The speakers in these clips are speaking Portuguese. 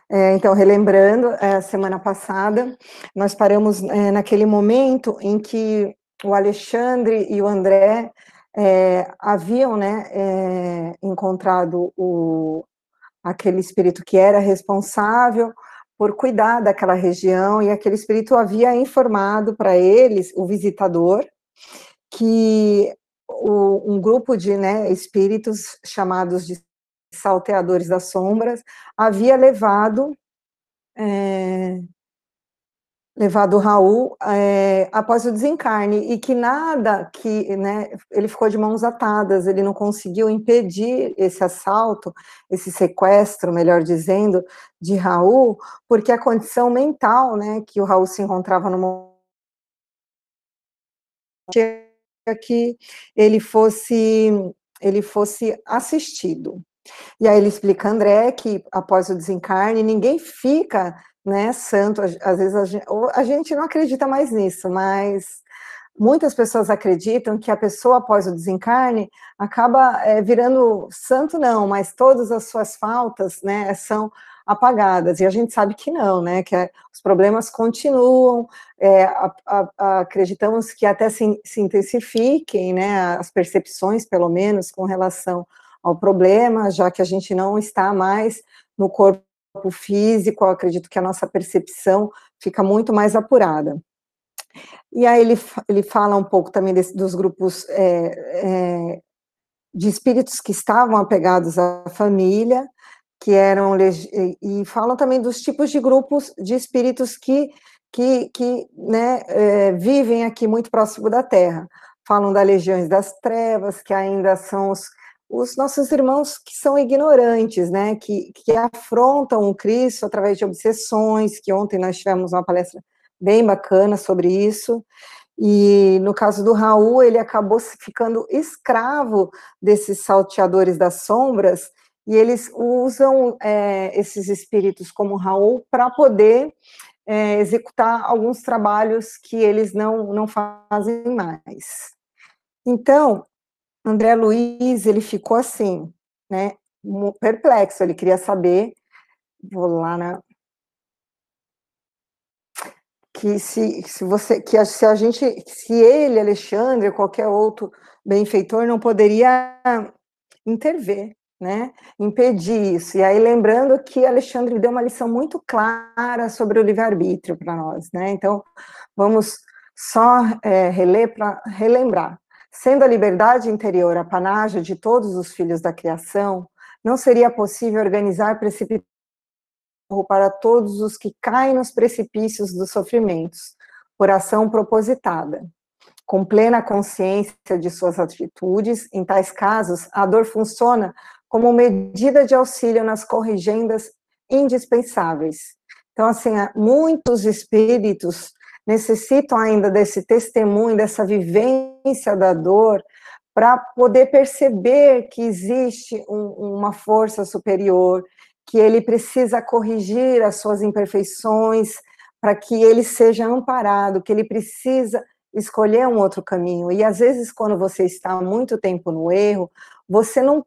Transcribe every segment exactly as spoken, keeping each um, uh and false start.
É, então, relembrando, é, semana passada, nós paramos é, naquele momento em que o Alexandre e o André é, haviam, né, é, encontrado o, aquele espírito que era responsável por cuidar daquela região, e aquele espírito havia informado para eles, o visitador, que o, um grupo de, né, espíritos chamados de salteadores das sombras havia levado é, levado o Raul é, após o desencarne, e que nada, que, né, ele ficou de mãos atadas, ele não conseguiu impedir esse assalto, esse sequestro, melhor dizendo, de Raul, porque a condição mental, né, que o Raul se encontrava no momento que ele fosse, ele fosse assistido. E aí ele explica a André que após o desencarne ninguém fica, né, santo, às vezes a gente, a gente não acredita mais nisso, mas muitas pessoas acreditam que a pessoa após o desencarne acaba é, virando santo, não, mas todas as suas faltas, né, são apagadas, e a gente sabe que não, né, que é, os problemas continuam, é, a, a, a, acreditamos que até se, se intensifiquem, né, as percepções, pelo menos, com relação ao problema, já que a gente não está mais no corpo físico, eu acredito que a nossa percepção fica muito mais apurada. E aí ele, ele fala um pouco também desse, dos grupos é, é, de espíritos que estavam apegados à família, que eram, e falam também dos tipos de grupos de espíritos que, que, que né, é, vivem aqui muito próximo da Terra. Falam das legiões das trevas, que ainda são os, os nossos irmãos que são ignorantes, né, que, que afrontam o Cristo através de obsessões, que ontem nós tivemos uma palestra bem bacana sobre isso. E no caso do Raul, ele acabou ficando escravo desses salteadores das sombras, e eles usam é, esses espíritos como Raul para poder é, executar alguns trabalhos que eles não, não fazem mais. Então, André Luiz, ele ficou assim, né, perplexo, ele queria saber, vou lá na... que se, se você, que se a gente, se ele, Alexandre, ou qualquer outro benfeitor não poderia intervir, né, impedir isso. E aí lembrando que Alexandre deu uma lição muito clara sobre o livre-arbítrio para nós, né, então vamos só é, reler para relembrar. Sendo a liberdade interior a panágio de todos os filhos da criação, não seria possível organizar precipitações para todos os que caem nos precipícios dos sofrimentos, por ação propositada. Com plena consciência de suas atitudes, em tais casos, a dor funciona como medida de auxílio nas corrigendas indispensáveis. Então, assim, muitos espíritos necessitam ainda desse testemunho, dessa vivência da dor, para poder perceber que existe um, uma força superior, que ele precisa corrigir as suas imperfeições para que ele seja amparado, que ele precisa escolher um outro caminho. E às vezes, quando você está muito tempo no erro, você não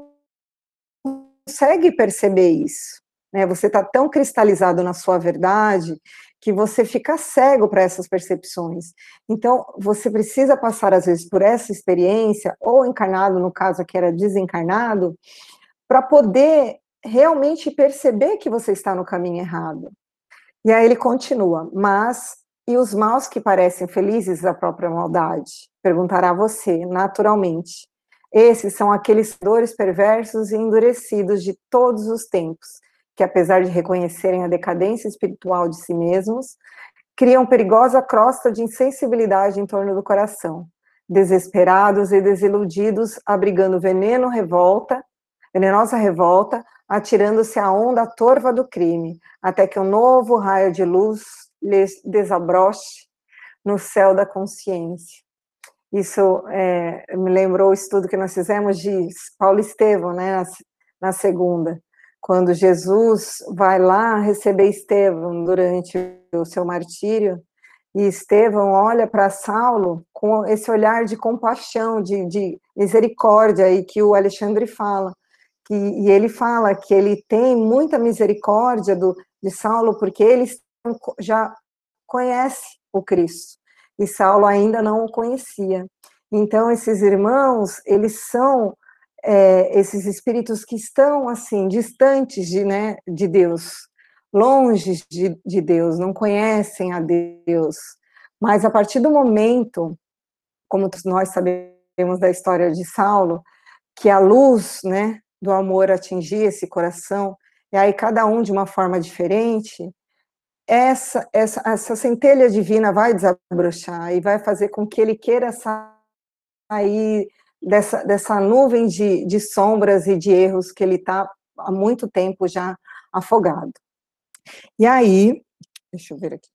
consegue perceber isso, né? Você está tão cristalizado na sua verdade que você fica cego para essas percepções. Então, você precisa passar, às vezes, por essa experiência, ou encarnado, no caso que era desencarnado, para poder realmente perceber que você está no caminho errado. E aí ele continua, mas, e os maus que parecem felizes da própria maldade? Perguntará você, naturalmente. Esses são aqueles dores perversos e endurecidos de todos os tempos, que apesar de reconhecerem a decadência espiritual de si mesmos, criam perigosa crosta de insensibilidade em torno do coração, desesperados e desiludidos, abrigando veneno revolta, venenosa revolta, atirando-se à onda torva do crime, até que um novo raio de luz lhes desabroche no céu da consciência. Isso é, me lembrou o estudo que nós fizemos de Paulo Estevão, né, na, na segunda, quando Jesus vai lá receber Estevão durante o seu martírio, e Estevão olha para Saulo com esse olhar de compaixão, de, de misericórdia, e que o Alexandre fala, que, e ele fala que ele tem muita misericórdia do, de Saulo, porque ele já conhece o Cristo, e Saulo ainda não o conhecia. Então, esses irmãos, eles são é, esses espíritos que estão, assim, distantes de, né, de Deus, longe de, de Deus, não conhecem a Deus, mas a partir do momento, como nós sabemos da história de Saulo, que a luz, né, do amor atingia esse coração, e aí cada um de uma forma diferente, essa, essa, essa centelha divina vai desabrochar e vai fazer com que ele queira sair dessa, dessa nuvem de, de sombras e de erros que ele está há muito tempo já afogado. E aí, deixa eu ver aqui.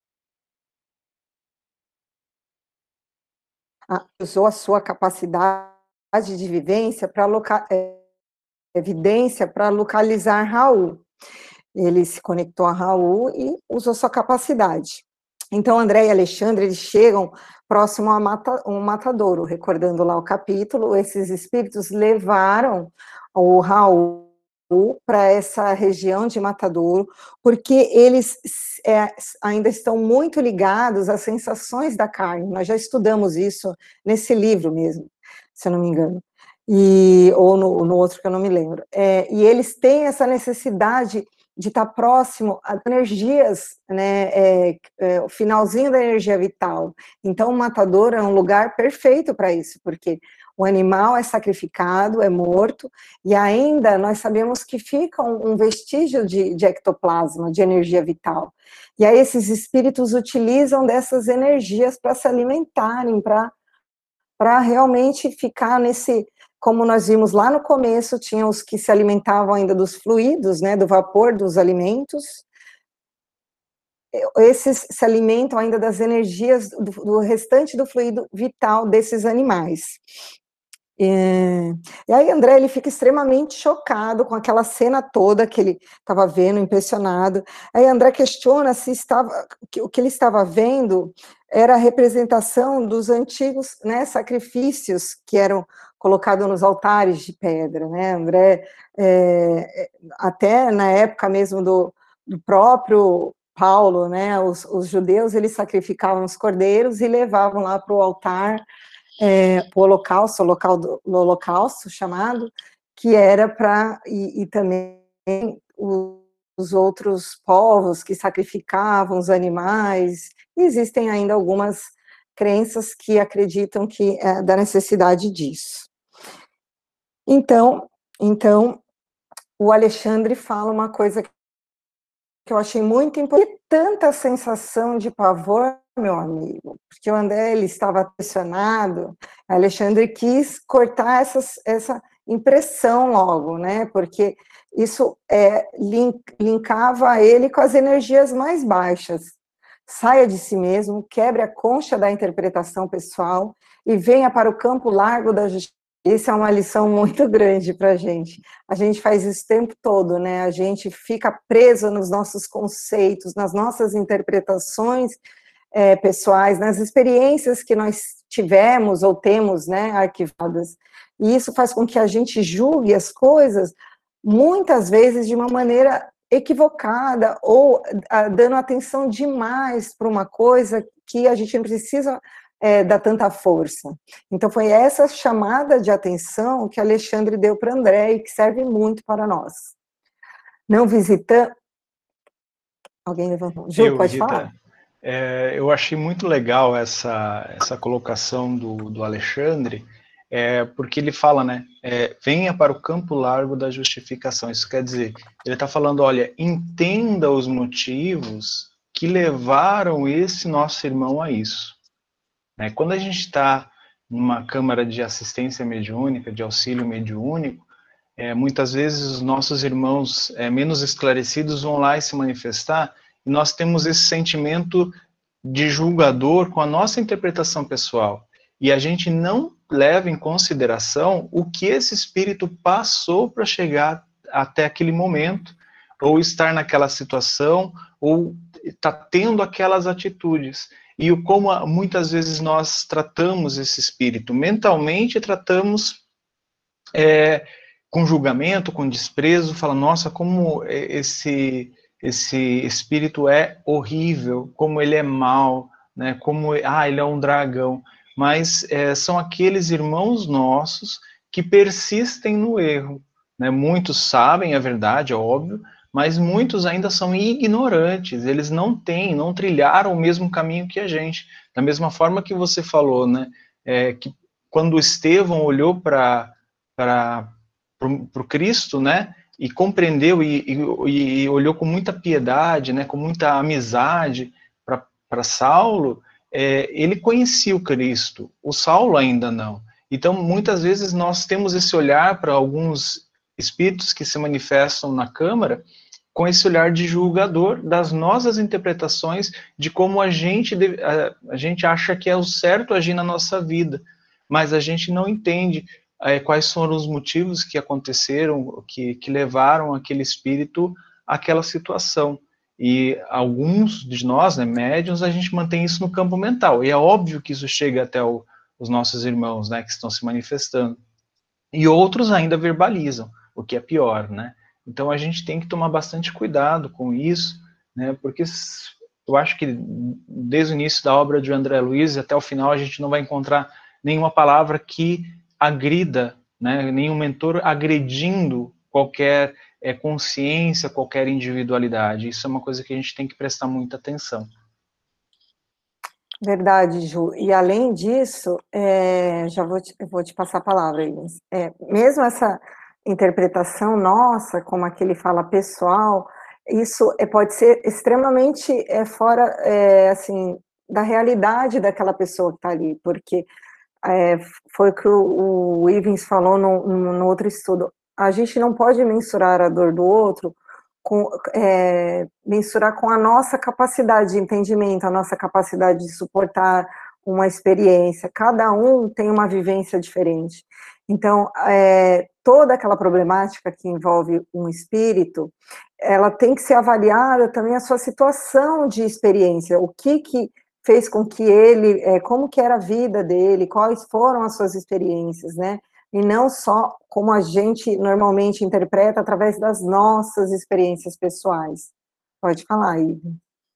Ah, usou a sua capacidade de vivência para loca, é, evidência para localizar Raul. Ele se conectou a Raul e usou sua capacidade. Então, André e Alexandre, eles chegam próximo a mata, um matadouro, recordando lá o capítulo, esses espíritos levaram o Raul para essa região de Matadouro, porque eles é, ainda estão muito ligados às sensações da carne. Nós já estudamos isso nesse livro mesmo, se eu não me engano, e, ou no, no outro que eu não me lembro. É, e eles têm essa necessidade de estar próximo a energias, né, é, é, o finalzinho da energia vital. Então, o matadouro é um lugar perfeito para isso, porque o animal é sacrificado, é morto, e ainda nós sabemos que fica um, um vestígio de, de ectoplasma, de energia vital. E aí esses espíritos utilizam dessas energias para se alimentarem, para para realmente ficar nesse, como nós vimos lá no começo, tinha os que se alimentavam ainda dos fluidos, né, do vapor dos alimentos, esses se alimentam ainda das energias do, do restante do fluido vital desses animais. E, e aí André, ele fica extremamente chocado com aquela cena toda que ele estava vendo, impressionado. Aí André questiona se estava, que, o que ele estava vendo era a representação dos antigos, né, sacrifícios que eram colocados nos altares de pedra, né, André, é, até na época mesmo do, do próprio Paulo, né, os, os judeus, eles sacrificavam os cordeiros e levavam lá para o altar, é, o holocausto, o local do o holocausto chamado, que era para, e, e também o, os outros povos que sacrificavam os animais. Existem ainda algumas crenças que acreditam que é da necessidade disso. Então, então, o Alexandre fala uma coisa que eu achei muito importante, tanta sensação de pavor, meu amigo, porque o André, ele estava pressionado, Alexandre quis cortar essas, essa impressão logo, né, porque isso é, link, linkava ele com as energias mais baixas. Saia de si mesmo, quebre a concha da interpretação pessoal e venha para o campo largo da justiça. Isso é uma lição muito grande para a gente. A gente faz isso o tempo todo, né? A gente fica preso nos nossos conceitos, nas nossas interpretações é, pessoais, nas experiências que nós tivemos ou temos, né, arquivadas. E isso faz com que a gente julgue as coisas, muitas vezes de uma maneira equivocada, ou a, dando atenção demais para uma coisa que a gente não precisa É, dá tanta força. Então foi essa chamada de atenção que Alexandre deu para André e que serve muito para nós. Não visitando... Alguém levantou? Ju, eu, pode Rita, falar? É, eu achei muito legal essa, essa colocação do, do Alexandre, é, porque ele fala, né, é, venha para o campo largo da justificação. Isso quer dizer, ele está falando, olha, entenda os motivos que levaram esse nosso irmão a isso. Né? Quando a gente está numa câmara de assistência mediúnica, de auxílio mediúnico, é, muitas vezes os nossos irmãos é, menos esclarecidos vão lá e se manifestar, e nós temos esse sentimento de julgador com a nossa interpretação pessoal. E a gente não leva em consideração o que esse espírito passou para chegar até aquele momento, ou estar naquela situação, ou está tendo aquelas atitudes. E o como muitas vezes nós tratamos esse espírito. Mentalmente tratamos... É, com julgamento, com desprezo, fala, nossa, como esse, esse espírito é horrível, como ele é mau, né? Como, ah, ele é um dragão. Mas é, são aqueles irmãos nossos que persistem no erro, né? Muitos sabem a verdade, é óbvio, mas muitos ainda são ignorantes, eles não têm, não trilharam o mesmo caminho que a gente. Da mesma forma que você falou, né? É, que quando Estevão olhou para para o Cristo, né, e compreendeu e, e, e olhou com muita piedade, né, com muita amizade para Saulo, é, ele conhecia o Cristo, o Saulo ainda não. Então, muitas vezes nós temos esse olhar para alguns espíritos que se manifestam na Câmara, com esse olhar de julgador das nossas interpretações de como a gente, deve, a, a gente acha que é o certo agir na nossa vida, mas a gente não entende é, quais foram os motivos que aconteceram, que, que levaram aquele espírito àquela situação. E alguns de nós, né, médiuns, a gente mantém isso no campo mental, e é óbvio que isso chega até o, os nossos irmãos, né, que estão se manifestando. E outros ainda verbalizam, o que é pior, né? Então a gente tem que tomar bastante cuidado com isso, né? Porque eu acho que desde o início da obra de André Luiz até o final a gente não vai encontrar nenhuma palavra que agrida, né? Nenhum mentor agredindo qualquer é, consciência, qualquer individualidade. Isso é uma coisa que a gente tem que prestar muita atenção. Verdade, Ju. E além disso, é, já vou te, vou te passar a palavra, Ivens. É, mesmo essa interpretação nossa, como aquele fala pessoal, isso é, pode ser extremamente é, fora, é, assim, da realidade daquela pessoa que está ali, porque é, foi o que o, o Ivens falou no, no outro estudo. A gente não pode mensurar a dor do outro Com, é, mensurar com a nossa capacidade de entendimento, a nossa capacidade de suportar uma experiência. Cada um tem uma vivência diferente. Então, é, toda aquela problemática que envolve um espírito, ela tem que ser avaliada também a sua situação de experiência, o que que fez com que ele, é, como que era a vida dele, quais foram as suas experiências, né? E não só como a gente normalmente interpreta através das nossas experiências pessoais. Pode falar, Ivo.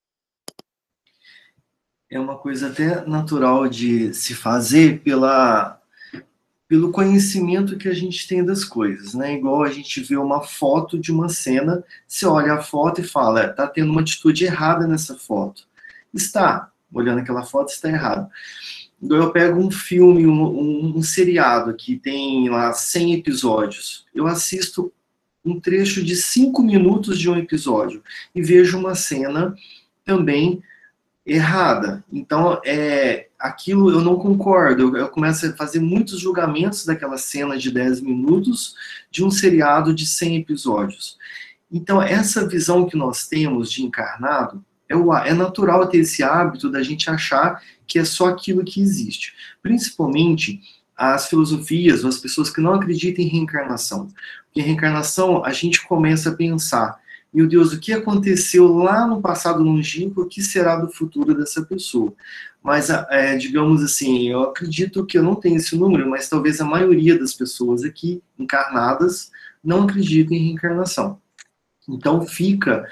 É uma coisa até natural de se fazer pela, pelo conhecimento que a gente tem das coisas, né? Igual a gente vê uma foto de uma cena, você olha a foto e fala, tá tendo uma atitude errada nessa foto. Está, olhando aquela foto, está errado. Eu pego um filme, um, um, um seriado que tem lá cem episódios, eu assisto um trecho de cinco minutos de um episódio e vejo uma cena também errada. Então, é, aquilo eu não concordo, eu, eu começo a fazer muitos julgamentos daquela cena de dez minutos de um seriado de cem episódios. Então, essa visão que nós temos de encarnado, é, o, é natural ter esse hábito da gente achar que é só aquilo que existe. Principalmente as filosofias, ou as pessoas que não acreditam em reencarnação. Porque reencarnação, a gente começa a pensar, meu Deus, o que aconteceu lá no passado longínquo, o que será do futuro dessa pessoa? Mas, é, digamos assim, eu acredito que eu não tenho esse número, mas talvez a maioria das pessoas aqui, encarnadas, não acreditam em reencarnação. Então fica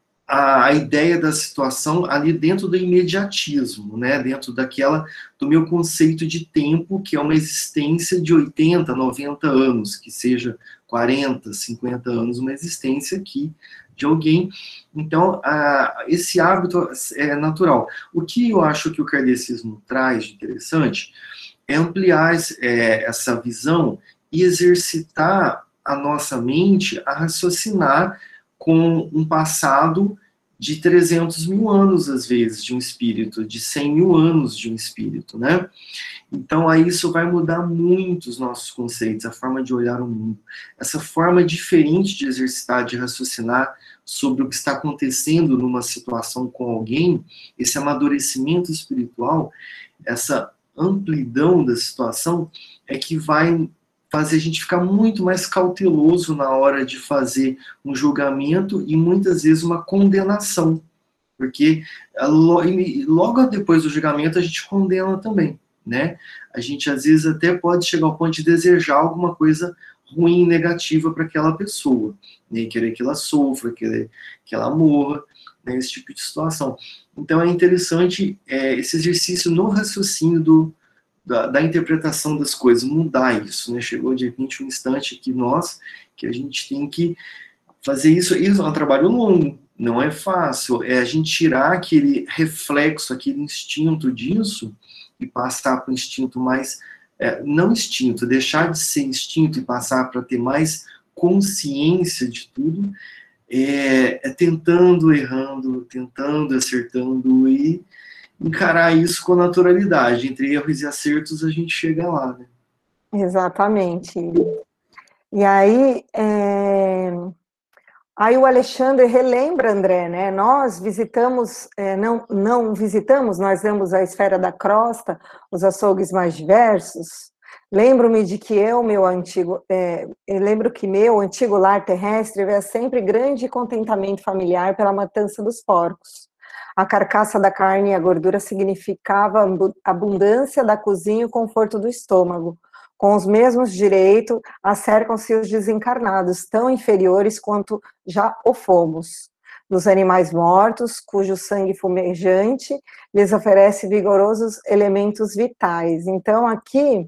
a, a ideia da situação ali dentro do imediatismo, né? Dentro daquela, do meu conceito de tempo, que é uma existência de oitenta, noventa anos, que seja quarenta, cinquenta anos, uma existência aqui de alguém. Então, a, esse hábito é natural. O que eu acho que o kardecismo traz de interessante é ampliar é, essa visão e exercitar a nossa mente a raciocinar com um passado de trezentos mil anos, às vezes, de um espírito, de cem mil anos de um espírito, né? Então, aí isso vai mudar muito os nossos conceitos, a forma de olhar o mundo. Essa forma diferente de exercitar, de raciocinar sobre o que está acontecendo numa situação com alguém, esse amadurecimento espiritual, essa amplidão da situação, é que vai fazer a gente ficar muito mais cauteloso na hora de fazer um julgamento e muitas vezes uma condenação, porque logo depois do julgamento a gente condena também, né? A gente às vezes até pode chegar ao ponto de desejar alguma coisa ruim, negativa para aquela pessoa, né? Querer que ela sofra, querer que ela morra, né? Esse tipo de situação. Então é interessante é, esse exercício no raciocínio do, da, da interpretação das coisas, mudar isso, né? Chegou de repente um instante aqui nós, que a gente tem que fazer isso, isso é um trabalho longo, não é fácil, é a gente tirar aquele reflexo, aquele instinto disso e passar para o instinto mais, é, não instinto, deixar de ser instinto e passar para ter mais consciência de tudo, é, é tentando, errando, tentando, acertando e encarar isso com naturalidade. Entre erros e acertos a gente chega lá, né? Exatamente. E aí, é... aí o Alexandre relembra, André, né? Nós visitamos, é, não, não visitamos, nós damos a esfera da crosta, os açougues mais diversos. Lembro-me de que eu, meu antigo, é, eu lembro que meu antigo lar terrestre havia sempre grande contentamento familiar pela matança dos porcos. A carcaça da carne e a gordura significava abundância da cozinha e o conforto do estômago. Com os mesmos direitos, acercam-se os desencarnados, tão inferiores quanto já o fomos. Dos animais mortos, cujo sangue fumejante lhes oferece vigorosos elementos vitais. Então, aqui,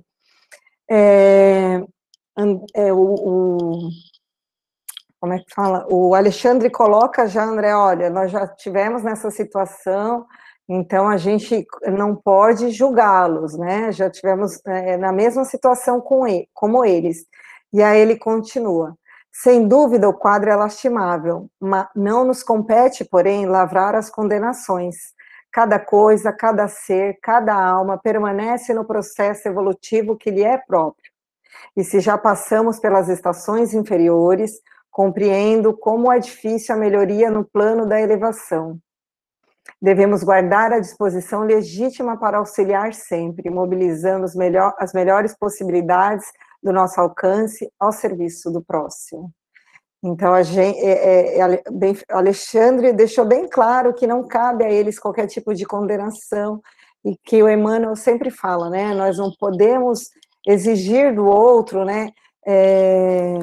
é, é, o, o, como é que fala? O Alexandre coloca já, André, olha, nós já tivemos nessa situação, então a gente não pode julgá-los, né? Já tivemos é, na mesma situação com ele, como eles. E aí ele continua. Sem dúvida, o quadro é lastimável, mas não nos compete, porém, lavrar as condenações. Cada coisa, cada ser, cada alma permanece no processo evolutivo que lhe é próprio. E se já passamos pelas estações inferiores, compreendo como é difícil a melhoria no plano da elevação. Devemos guardar a disposição legítima para auxiliar sempre, mobilizando os melhor, as melhores possibilidades do nosso alcance ao serviço do próximo. Então, a gente, é, é, bem, Alexandre deixou bem claro que não cabe a eles qualquer tipo de condenação, e que o Emmanuel sempre fala, né, nós não podemos exigir do outro, né, é,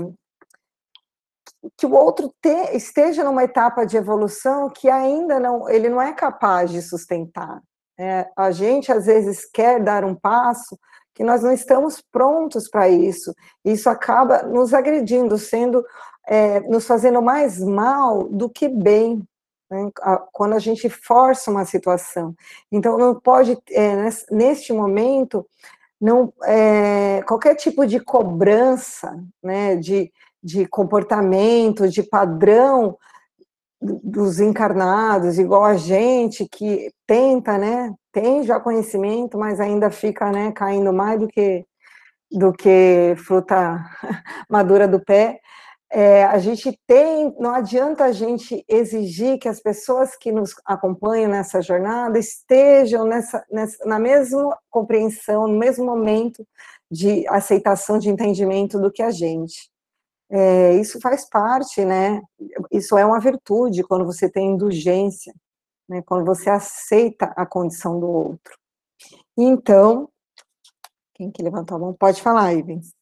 que o outro te, esteja numa etapa de evolução que ainda não, ele não é capaz de sustentar. É, a gente, às vezes, quer dar um passo que nós não estamos prontos para isso. Isso acaba nos agredindo, sendo, é, nos fazendo mais mal do que bem, né, quando a gente força uma situação. Então, não pode, é, neste momento, não, é, qualquer tipo de cobrança, né, de de comportamento, de padrão dos encarnados, igual a gente que tenta, né, tem já conhecimento, mas ainda fica, né, caindo mais do que, do que fruta madura do pé. É, a gente tem, não adianta a gente exigir que as pessoas que nos acompanham nessa jornada estejam nessa, nessa, na mesma compreensão, no mesmo momento de aceitação, de entendimento do que a gente. É, isso faz parte, né, isso é uma virtude, quando você tem indulgência, né, quando você aceita a condição do outro. Então, quem que levantou a mão? Pode falar, Ivens.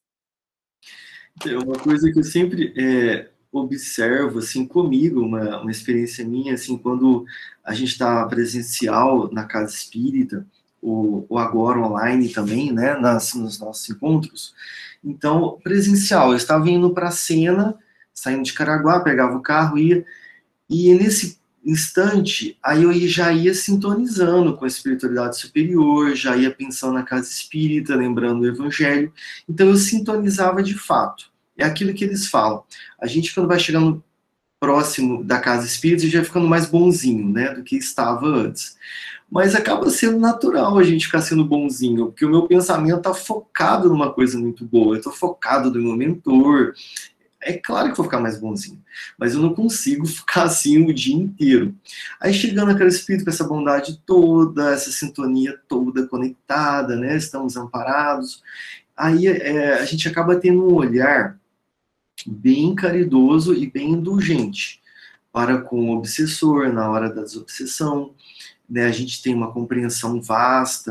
É uma coisa que eu sempre é, observo, assim, comigo, uma, uma experiência minha, assim, quando a gente está presencial na casa espírita, ou, ou agora online também, né, nas, nos nossos encontros. Então, presencial, eu estava indo para a cena, saindo de Caraguá, pegava o carro, ia, e nesse instante, aí eu já ia sintonizando com a espiritualidade superior, já ia pensando na casa espírita, lembrando o evangelho, então eu sintonizava de fato. É aquilo que eles falam. A gente, quando vai chegando próximo da casa espírita, já ficando mais bonzinho, né, do que estava antes. Mas acaba sendo natural a gente ficar sendo bonzinho, porque o meu pensamento está focado numa coisa muito boa, eu estou focado no meu mentor. É claro que eu vou ficar mais bonzinho, mas eu não consigo ficar assim o dia inteiro. Aí chegando aquele espírito com essa bondade toda, essa sintonia toda conectada, né? Estamos amparados. Aí é, a gente acaba tendo um olhar bem caridoso e bem indulgente para com o obsessor na hora da desobsessão. Né, a gente tem uma compreensão vasta,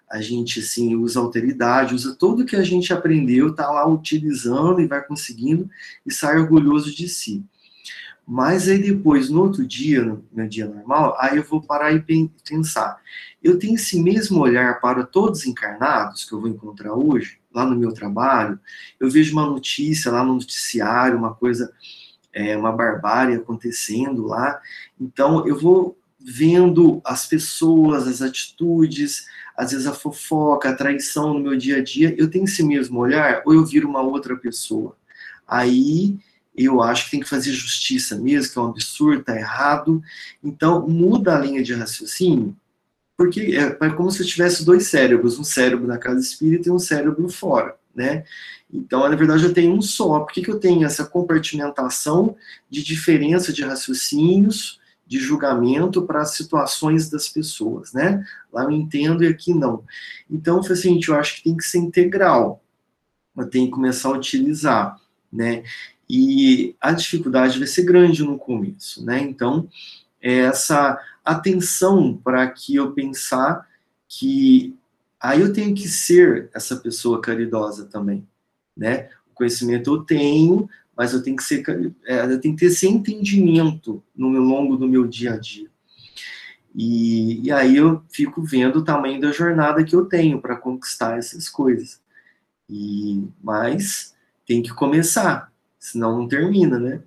a gente, assim, usa alteridade, usa tudo que a gente aprendeu, tá lá utilizando e vai conseguindo e sai orgulhoso de si. Mas aí depois, no outro dia, no meu dia normal, aí eu vou parar e pensar, eu tenho esse mesmo olhar para todos os encarnados que eu vou encontrar hoje, lá no meu trabalho, eu vejo uma notícia lá no noticiário, uma coisa, é, uma barbárie acontecendo lá, então eu vou vendo as pessoas, as atitudes, às vezes a fofoca, a traição no meu dia a dia, eu tenho esse mesmo olhar, ou eu viro uma outra pessoa? Aí eu acho que tem que fazer justiça mesmo, que é um absurdo, tá errado. Então, muda a linha de raciocínio, porque é como se eu tivesse dois cérebros, um cérebro na casa espírita e um cérebro fora, né? Então, na verdade, eu tenho um só. Por que que eu tenho essa compartimentação de diferença de raciocínios, de julgamento para as situações das pessoas, né? Lá eu entendo e aqui não. Então, foi assim, eu acho que tem que ser integral. Eu tenho que começar a utilizar, né? E a dificuldade vai ser grande no começo, né? Então, é essa atenção para que eu pensar que aí eu tenho que ser essa pessoa caridosa também, né? O conhecimento eu tenho, mas eu tenho que ser, é, eu tenho que ter esse entendimento no meu longo do meu dia a dia. E, e aí eu fico vendo o tamanho da jornada que eu tenho para conquistar essas coisas. E, mas tem que começar, senão não termina, né?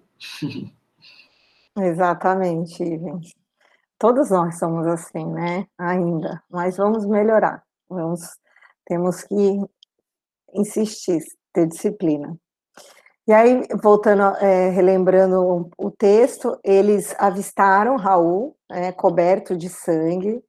Exatamente, gente. Todos nós somos assim, né? Ainda, mas vamos melhorar. Vamos, temos que insistir, ter disciplina. E aí, voltando, é, relembrando o texto, eles avistaram Raul, é, coberto de sangue,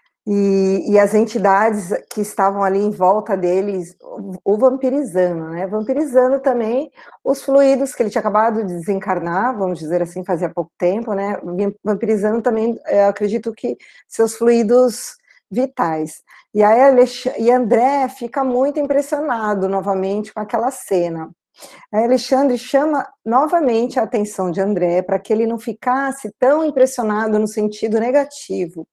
e, e as entidades que estavam ali em volta deles o, o vampirizando, né? Vampirizando também os fluidos que ele tinha acabado de desencarnar, vamos dizer assim, fazia pouco tempo, né? Vampirizando também, eu acredito que seus fluidos vitais. E aí Alexandre, e André fica muito impressionado novamente com aquela cena. Aí Alexandre chama novamente a atenção de André para que ele não ficasse tão impressionado no sentido negativo.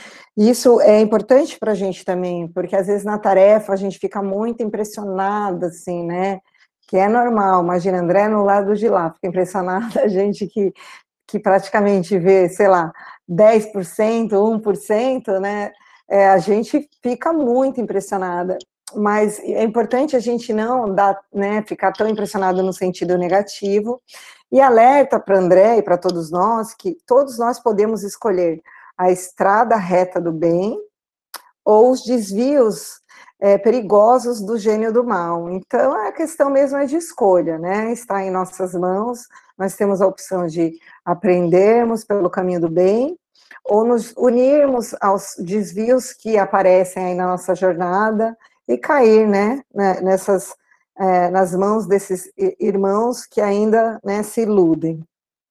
Isso é importante para a gente também, porque às vezes na tarefa a gente fica muito impressionada, assim, né? Que é normal. Imagina, André no lado de lá, fica impressionada a gente que, que praticamente vê, sei lá, dez por cento, um por cento, né? É, a gente fica muito impressionada. Mas é importante a gente não dar, né, ficar tão impressionado no sentido negativo, e alerta para André e para todos nós que todos nós podemos escolher a estrada reta do bem ou os desvios é, perigosos do gênio do mal. Então, a questão mesmo é de escolha, né? Está em nossas mãos, nós temos a opção de aprendermos pelo caminho do bem ou nos unirmos aos desvios que aparecem aí na nossa jornada e cair, né, nessas, é, nas mãos desses irmãos que ainda, né, se iludem.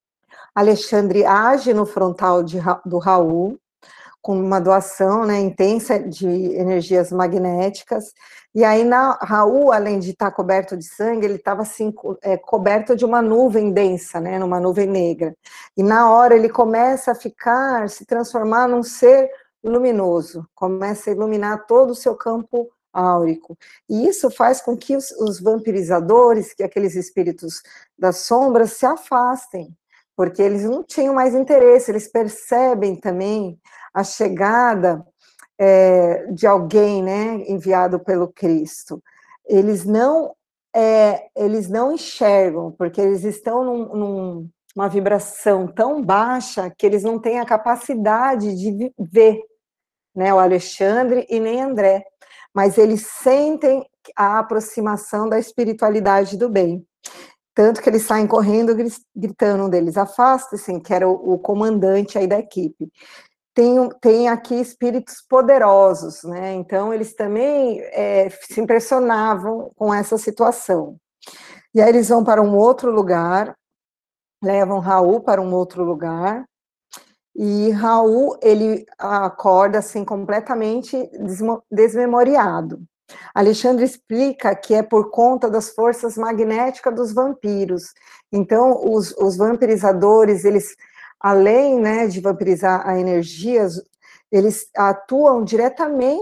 Alexandre age no frontal de, do Raul, com uma doação, né, intensa de energias magnéticas, e aí na, Raul, além de estar coberto de sangue, ele estava assim, é, coberto de uma nuvem densa, né, numa nuvem negra, e na hora ele começa a ficar, se transformar num ser luminoso, começa a iluminar todo o seu campo áurico, e isso faz com que os, os vampirizadores, que aqueles espíritos das sombras, se afastem, porque eles não tinham mais interesse, eles percebem também a chegada é, de alguém, né, enviado pelo Cristo. Eles não, é, eles não enxergam, porque eles estão num, num, numa vibração tão baixa que eles não têm a capacidade de ver, né, o Alexandre e nem André, mas eles sentem a aproximação da espiritualidade do bem. Tanto que eles saem correndo, gritando um deles, afasta-se, que era o, o comandante aí da equipe. Tem, tem aqui espíritos poderosos, né? Então eles também é, se impressionavam com essa situação. E aí eles vão para um outro lugar, levam Raul para um outro lugar, e Raul, ele acorda assim completamente desmemoriado. Alexandre explica que é por conta das forças magnéticas dos vampiros. Então, os, os vampirizadores, eles, além, né, de vampirizar a energia, eles atuam diretamente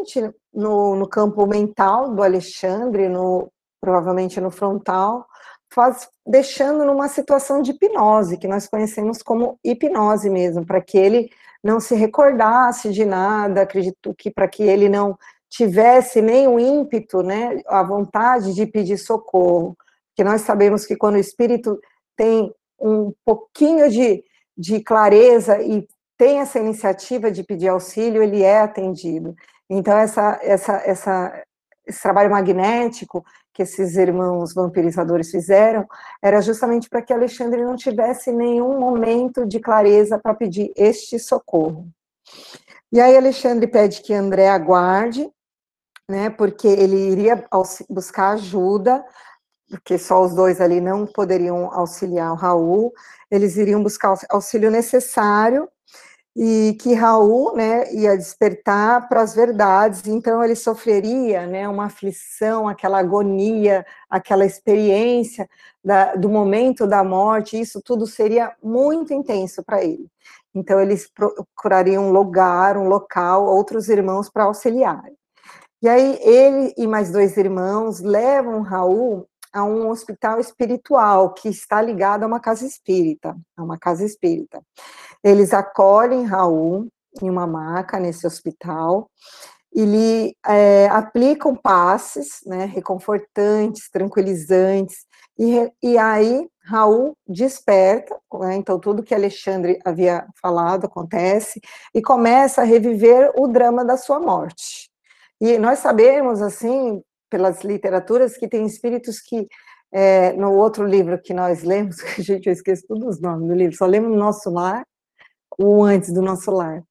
no, no campo mental do Alexandre, no, provavelmente no frontal, faz, deixando numa situação de hipnose, que nós conhecemos como hipnose mesmo, para que ele não se recordasse de nada, acredito que para que ele não tivesse nem o ímpeto, né, a vontade de pedir socorro, porque nós sabemos que quando o espírito tem um pouquinho de, de clareza e tem essa iniciativa de pedir auxílio, ele é atendido. Então, essa, essa, essa, esse trabalho magnético que esses irmãos vampirizadores fizeram era justamente para que Alexandre não tivesse nenhum momento de clareza para pedir este socorro. E aí Alexandre pede que André aguarde, né, porque ele iria buscar ajuda, porque só os dois ali não poderiam auxiliar o Raul, eles iriam buscar o auxílio necessário, e que Raul, né, ia despertar para as verdades, então ele sofreria, né, uma aflição, aquela agonia, aquela experiência da, do momento da morte, isso tudo seria muito intenso para ele. Então eles procurariam um lugar, um local, outros irmãos para auxiliar. E aí ele e mais dois irmãos levam Raul a um hospital espiritual que está ligado a uma casa espírita, a uma casa espírita. Eles acolhem Raul em uma maca nesse hospital e lhe é, aplicam passes, né, reconfortantes, tranquilizantes, e, e aí Raul desperta, né, então tudo que Alexandre havia falado acontece, e começa a reviver o drama da sua morte. E nós sabemos, assim, pelas literaturas, que tem espíritos que, é, no outro livro que nós lemos, que a gente, eu esqueço todos os nomes do livro, só lemos no Nosso Lar, ou antes do Nosso Lar.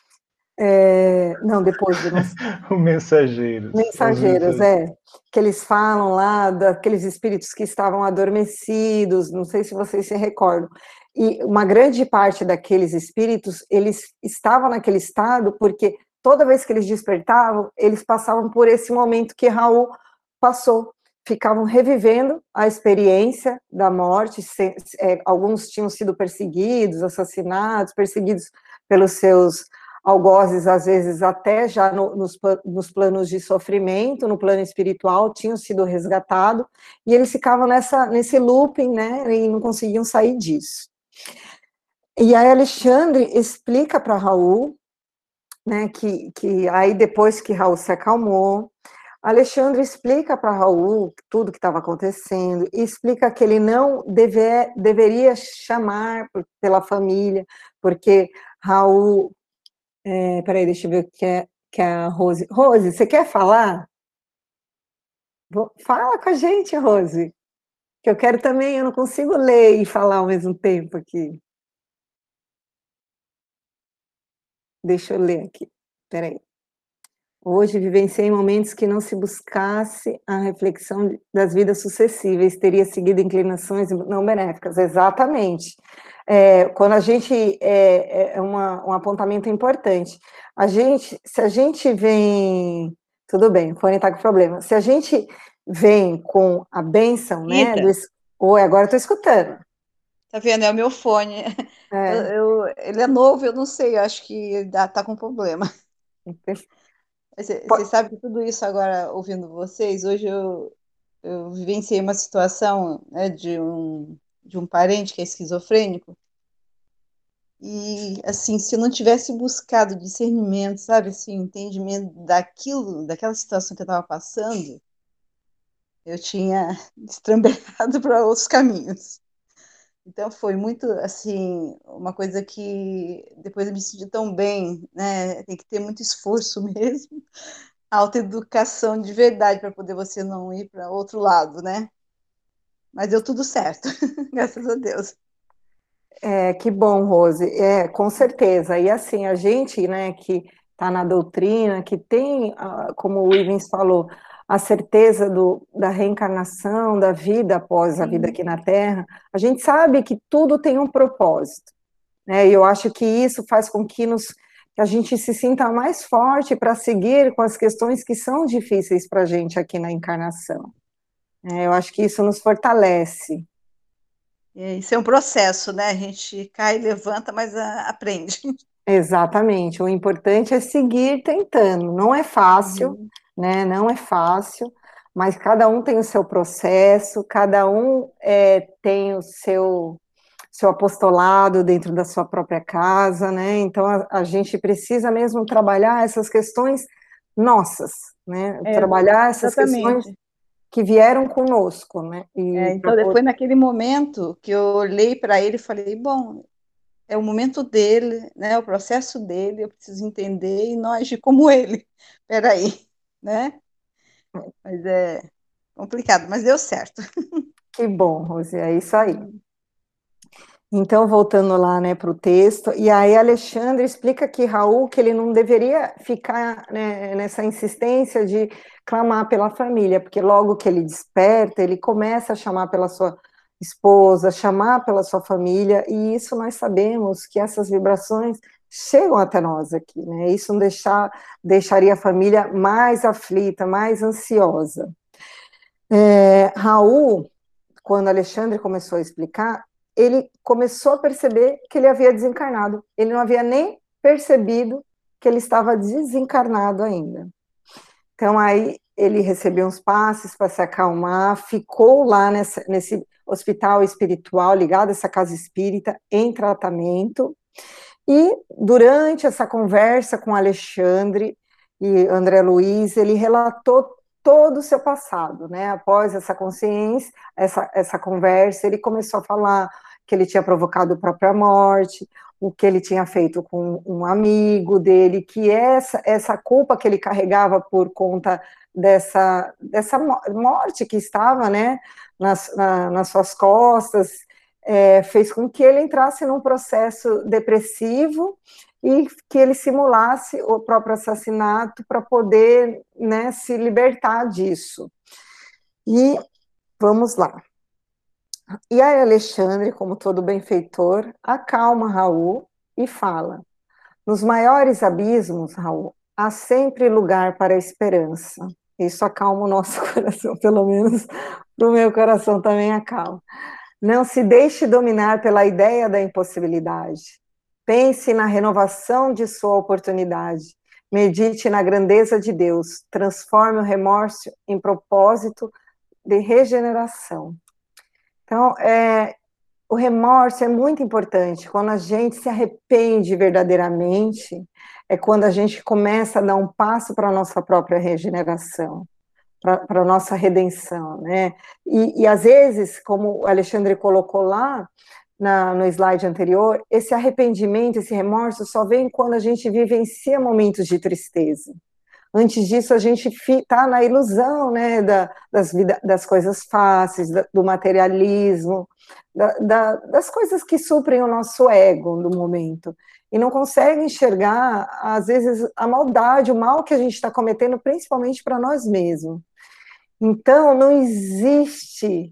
É, não, depois do Nosso Lar. O Mensageiros. Mensageiros, é. Que eles falam lá daqueles espíritos que estavam adormecidos, não sei se vocês se recordam. E uma grande parte daqueles espíritos, eles estavam naquele estado porque toda vez que eles despertavam, eles passavam por esse momento que Raul passou. Ficavam revivendo a experiência da morte, se, é, alguns tinham sido perseguidos, assassinados, perseguidos pelos seus algozes, às vezes até já no, nos, nos planos de sofrimento, no plano espiritual, tinham sido resgatados, e eles ficavam nessa, nesse looping, né, e não conseguiam sair disso. E aí Alexandre explica para Raul, né, que, que aí depois que Raul se acalmou, Alexandre explica para Raul tudo que estava acontecendo, e explica que ele não deve, deveria chamar por, pela família, porque Raul... É, peraí, deixa eu ver o que é, que é a Rose. Rose, você quer falar? Vou, fala com a gente, Rose, que eu quero também, eu não consigo ler e falar ao mesmo tempo aqui. Deixa eu ler aqui, peraí. Hoje vivenciei momentos que não se buscasse a reflexão das vidas sucessíveis, teria seguido inclinações não benéficas, exatamente. É, quando a gente, é, é uma, um apontamento importante, a gente, se a gente vem, tudo bem, o fone está com problema, se a gente vem com a bênção, né, do, oi, agora eu estou escutando. Tá vendo, é o meu fone, é. eu, eu, ele é novo, eu não sei, eu acho que está com problema. Você, você sabe que tudo isso agora, ouvindo vocês, hoje eu, eu vivenciei uma situação, né, de, um, de um parente que é esquizofrênico, e, assim, se eu não tivesse buscado discernimento, sabe, assim, entendimento daquilo, daquela situação que eu estava passando, eu tinha destrambelhado para outros caminhos. Então foi muito, assim, uma coisa que depois eu me senti tão bem, né, tem que ter muito esforço mesmo, autoeducação de verdade para poder você não ir para outro lado, né? Mas deu tudo certo, graças a Deus. É, que bom, Rose, é, com certeza, e assim, a gente, né, que está na doutrina, que tem, como o Ivens falou, a certeza do, da reencarnação, da vida após a vida aqui na Terra, a gente sabe que tudo tem um propósito, né, e eu acho que isso faz com que, nos, que a gente se sinta mais forte para seguir com as questões que são difíceis para a gente aqui na encarnação. É, eu acho que isso nos fortalece. Isso é um processo, né? A gente cai e levanta, mas a, aprende. Exatamente, o importante é seguir tentando, não é fácil, uhum. né, não é fácil, mas cada um tem o seu processo, cada um é, tem o seu, seu apostolado dentro da sua própria casa, né, então a, a gente precisa mesmo trabalhar essas questões nossas, né, é, trabalhar essas exatamente. Questões que vieram conosco, né. E é, então, foi naquele momento que eu olhei para ele e falei, bom, é o momento dele, né, o processo dele, eu preciso entender e não agir como ele. Peraí, né? Mas é complicado, mas deu certo. Que bom, Rosi, é isso aí. Então, voltando lá, né, para o texto, e aí Alexandre explica que Raul, que ele não deveria ficar, né, nessa insistência de clamar pela família, porque logo que ele desperta, ele começa a chamar pela sua esposa, chamar pela sua família, e isso nós sabemos que essas vibrações chegam até nós aqui, né, isso não deixar, deixaria a família mais aflita, mais ansiosa. É, Raul, quando Alexandre começou a explicar, ele começou a perceber que ele havia desencarnado, ele não havia nem percebido que ele estava desencarnado ainda. Então aí ele recebeu uns passes para se acalmar, ficou lá nessa, nesse hospital espiritual ligado a essa casa espírita em tratamento, e durante essa conversa com Alexandre e André Luiz, ele relatou todo o seu passado, né, após essa consciência, essa, essa conversa, ele começou a falar que ele tinha provocado a própria morte, o que ele tinha feito com um amigo dele, que essa, essa culpa que ele carregava por conta dessa, dessa morte que estava, né, nas, na, nas suas costas, é, fez com que ele entrasse num processo depressivo e que ele simulasse o próprio assassinato para poder, né, se libertar disso. E vamos lá. E aí Alexandre, como todo benfeitor, acalma Raul e fala: nos maiores abismos, Raul, há sempre lugar para a esperança. Isso acalma o nosso coração, pelo menos para o meu coração também acalma. Não se deixe dominar pela ideia da impossibilidade. Pense na renovação de sua oportunidade. Medite na grandeza de Deus. Transforme o remorso em propósito de regeneração. Então, é, o remorso é muito importante. Quando a gente se arrepende verdadeiramente, é quando a gente começa a dar um passo para a nossa própria regeneração, para a nossa redenção, né? E, e às vezes, como o Alexandre colocou lá na, no slide anterior, esse arrependimento, esse remorso só vem quando a gente vivencia momentos de tristeza. Antes disso, a gente está na ilusão, né, da, das, vida, das coisas fáceis, da, do materialismo, da, da, das coisas que suprem o nosso ego no momento. E não consegue enxergar, às vezes, a maldade, o mal que a gente está cometendo, principalmente para nós mesmos. Então, não existe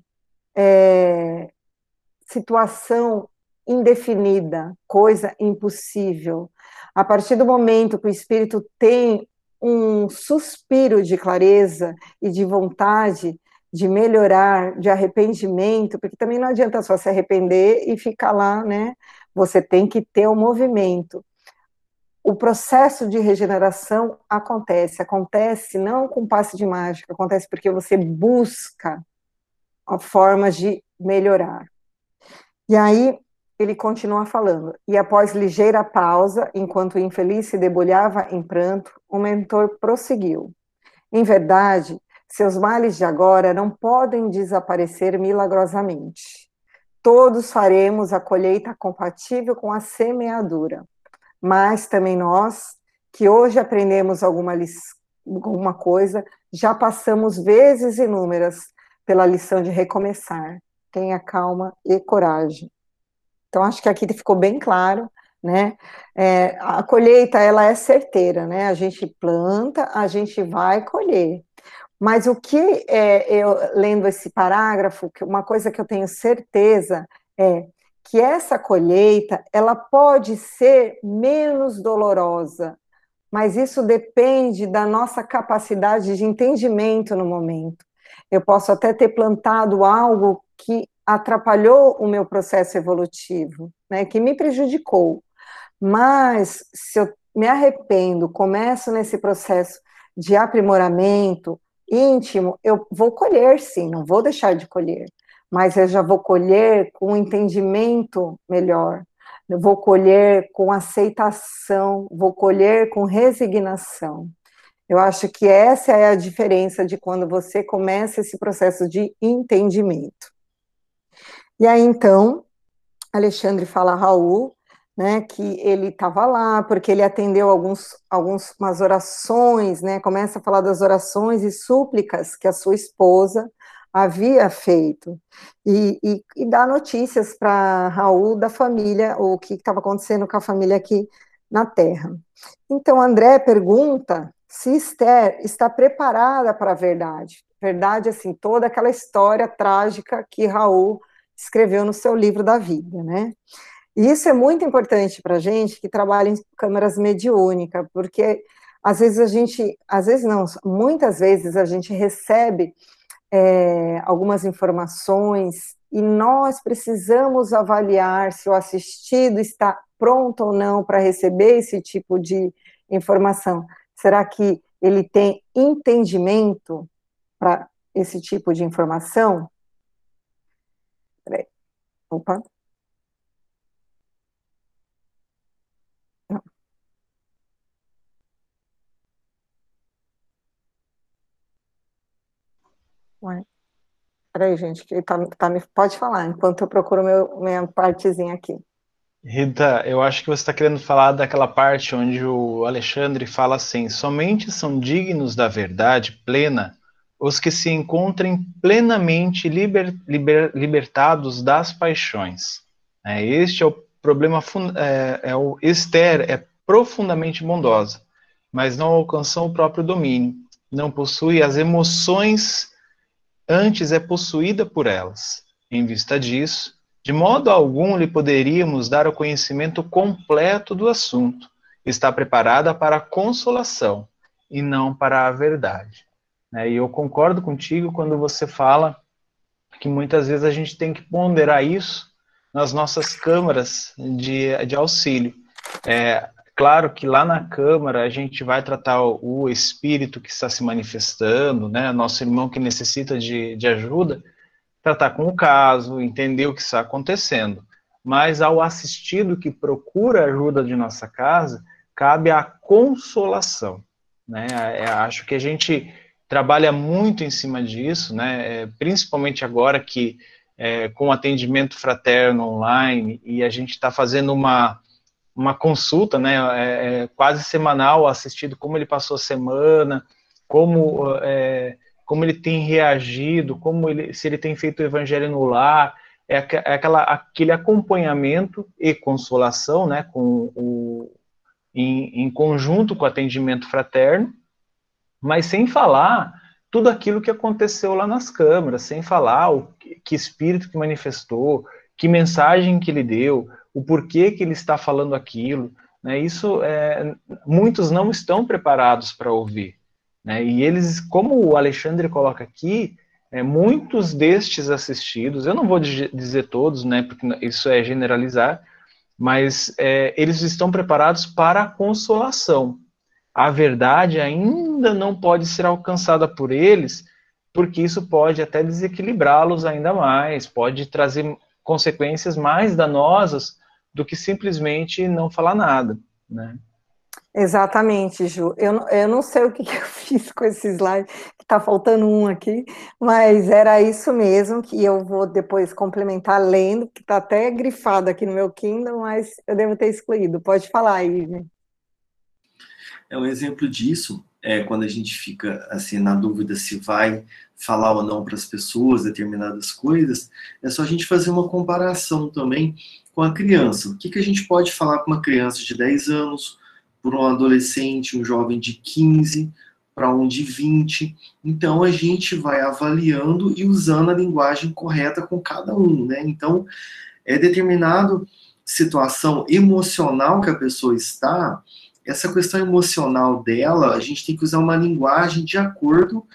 é, situação indefinida, coisa impossível. A partir do momento que o espírito tem um suspiro de clareza e de vontade de melhorar, de arrependimento, porque também não adianta só se arrepender e ficar lá, né? Você tem que ter um movimento. O processo de regeneração acontece, acontece não com passe de mágica, acontece porque você busca a forma de melhorar. E aí, ele continua falando, e após ligeira pausa, enquanto o infeliz se debulhava em pranto, o mentor prosseguiu. Em verdade, seus males de agora não podem desaparecer milagrosamente. Todos faremos a colheita compatível com a semeadura, mas também nós, que hoje aprendemos alguma, alguma coisa, já passamos vezes inúmeras pela lição de recomeçar. Tenha calma e coragem. Então, acho que aqui ficou bem claro, né? É, a colheita, ela é certeira, né? A gente planta, a gente vai colher. Mas o que, é, eu lendo esse parágrafo, uma coisa que eu tenho certeza é que essa colheita, ela pode ser menos dolorosa, mas isso depende da nossa capacidade de entendimento no momento. Eu posso até ter plantado algo que atrapalhou o meu processo evolutivo, né, que me prejudicou, Mas se eu me arrependo, começo nesse processo de aprimoramento íntimo, eu vou colher sim, não vou deixar de colher, mas eu já vou colher com um entendimento melhor, eu vou colher com aceitação, vou colher com resignação. Eu acho que essa é a diferença de quando você começa esse processo de entendimento. E aí, então, Alexandre fala a Raul, né, que ele estava lá, porque ele atendeu alguns, algumas orações, né, começa a falar das orações e súplicas que a sua esposa havia feito, e, e, e dá notícias para Raul da família, o que estava acontecendo com a família aqui na Terra. Então, André pergunta se Esther está preparada para a verdade. Verdade, assim, toda aquela história trágica que Raul escreveu no seu livro da vida, né? E isso é muito importante para a gente que trabalha em câmaras mediúnicas, porque às vezes a gente, às vezes não, muitas vezes a gente recebe é, algumas informações e nós precisamos avaliar se o assistido está pronto ou não para receber esse tipo de informação. Será que ele tem entendimento para esse tipo de informação? Peraí. Opa. Não. Ué. Peraí, gente, que tá, tá, pode falar, enquanto eu procuro meu, minha partezinha aqui. Rita, eu acho que você está querendo falar daquela parte onde o Alexandre fala assim: somente são dignos da verdade plena os que se encontrem plenamente liber, liber, libertados das paixões. É, este é o problema, é, é o Esther é profundamente bondosa, mas não alcançou o próprio domínio, não possui as emoções, antes é possuída por elas. Em vista disso, de modo algum lhe poderíamos dar o conhecimento completo do assunto. Está preparada para a consolação e não para a verdade. E eu concordo contigo quando você fala que muitas vezes a gente tem que ponderar isso nas nossas câmaras de, de auxílio. É claro que lá na câmara a gente vai tratar o, o espírito que está se manifestando, né, nosso irmão que necessita de, de ajuda, tratar com o caso, entender o que está acontecendo. Mas ao assistido que procura ajuda de nossa casa, cabe a consolação. Né? É, acho que a gente trabalha muito em cima disso, né? É, principalmente agora que é, com atendimento fraterno online, e a gente está fazendo uma, uma consulta, né? É, é, quase semanal, assistido como ele passou a semana, como... É, como ele tem reagido, como ele, se ele tem feito o evangelho no lar, é, é aquela, aquele acompanhamento e consolação, né, com o, em, em conjunto com o atendimento fraterno, mas sem falar tudo aquilo que aconteceu lá nas câmaras, sem falar o que, que espírito que manifestou, que mensagem que ele deu, o porquê que ele está falando aquilo, né, isso, é, muitos não estão preparados para ouvir. Né, e eles, como o Alexandre coloca aqui, é, muitos destes assistidos, eu não vou dizer todos, né, porque isso é generalizar, mas é, eles estão preparados para a consolação. A verdade ainda não pode ser alcançada por eles, porque isso pode até desequilibrá-los ainda mais, pode trazer consequências mais danosas do que simplesmente não falar nada, né? Exatamente, Ju. Eu, eu não sei o que, que eu fiz com esse slide, que está faltando um aqui, mas era isso mesmo, que eu vou depois complementar lendo, que está até grifado aqui no meu Kindle, mas eu devo ter excluído. Pode falar aí, né? É um exemplo disso, é quando a gente fica assim na dúvida se vai falar ou não para as pessoas determinadas coisas, é só a gente fazer uma comparação também com a criança. O que, que a gente pode falar para uma criança de dez anos, para um adolescente, um jovem de quinze, para um de vinte. Então, a gente vai avaliando e usando a linguagem correta com cada um, né? Então, é determinado situação emocional que a pessoa está, essa questão emocional dela, a gente tem que usar uma linguagem de acordo